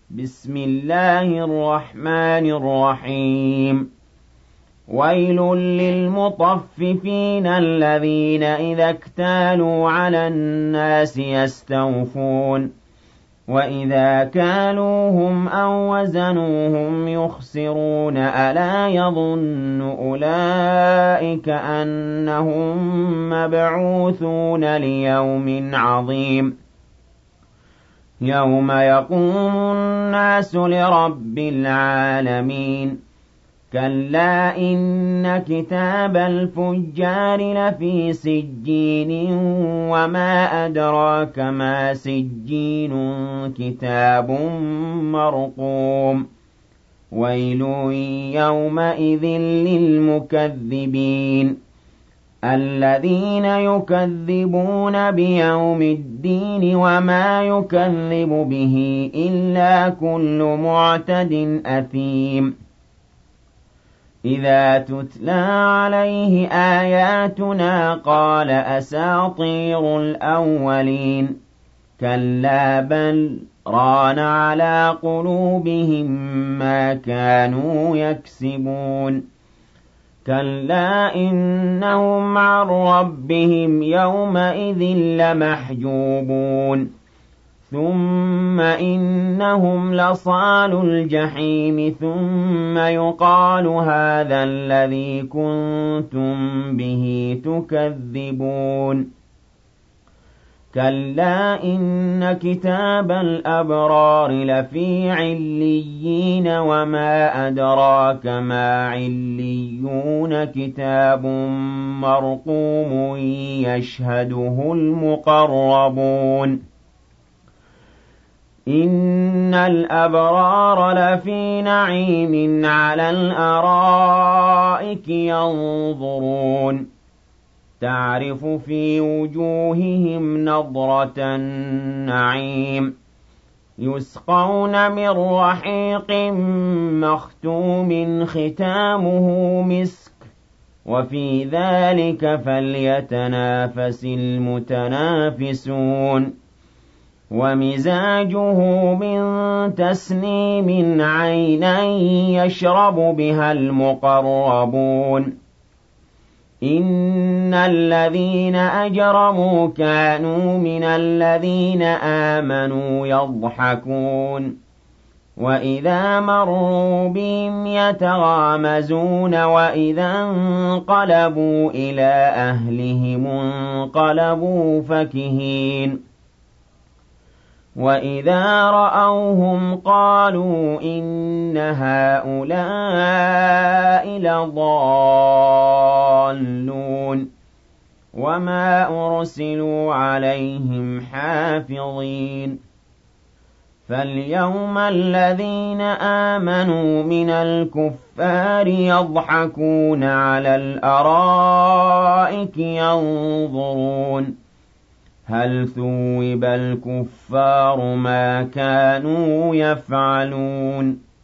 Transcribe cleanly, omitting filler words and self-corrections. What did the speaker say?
بسم الله الرحمن الرحيم ويل للمطففين الذين إذا اكتالوا على الناس يستوفون وإذا كالوهم أو وزنوهم يخسرون ألا يظن أولئك أنهم مبعوثون ليوم عظيم يوم يقوم الناس لرب العالمين كلا إن كتاب الفجار لفي سجين وما أدراك ما سجين كتاب مرقوم ويل يومئذ للمكذبين الذين يكذبون بيوم الدين وما يكذب به إلا كل معتد أثيم إذا تتلى عليه آياتنا قال أساطير الأولين كلا بل ران على قلوبهم ما كانوا يكسبون كلا إنهم عن ربهم يومئذ لمحجوبون ثم إنهم لصالو الجحيم ثم يقال هذا الذي كنتم به تكذبون كلا إن كتاب الأبرار لفي عليين وما أدراك ما عليون كتاب مرقوم يشهده المقربون إن الأبرار لفي نعيم على الأرائك ينظرون تعرف في وجوههم نضرة النعيم يسقون من رحيق مختوم ختامه مسك وفي ذلك فليتنافس المتنافسون ومزاجه من تسنيم عينا يشرب بها المقربون إن الذين أجرموا كانوا من الذين آمنوا يضحكون وإذا مروا بهم يتغامزون وإذا انقلبوا إلى أهلهم انقلبوا فكهين وإذا رأوهم قالوا إن هؤلاء لضالون وما أرسلوا عليهم حافظين فاليوم الذين آمنوا من الكفار يضحكون على الأرائك ينظرون هل ثوب الكفار ما كانوا يفعلون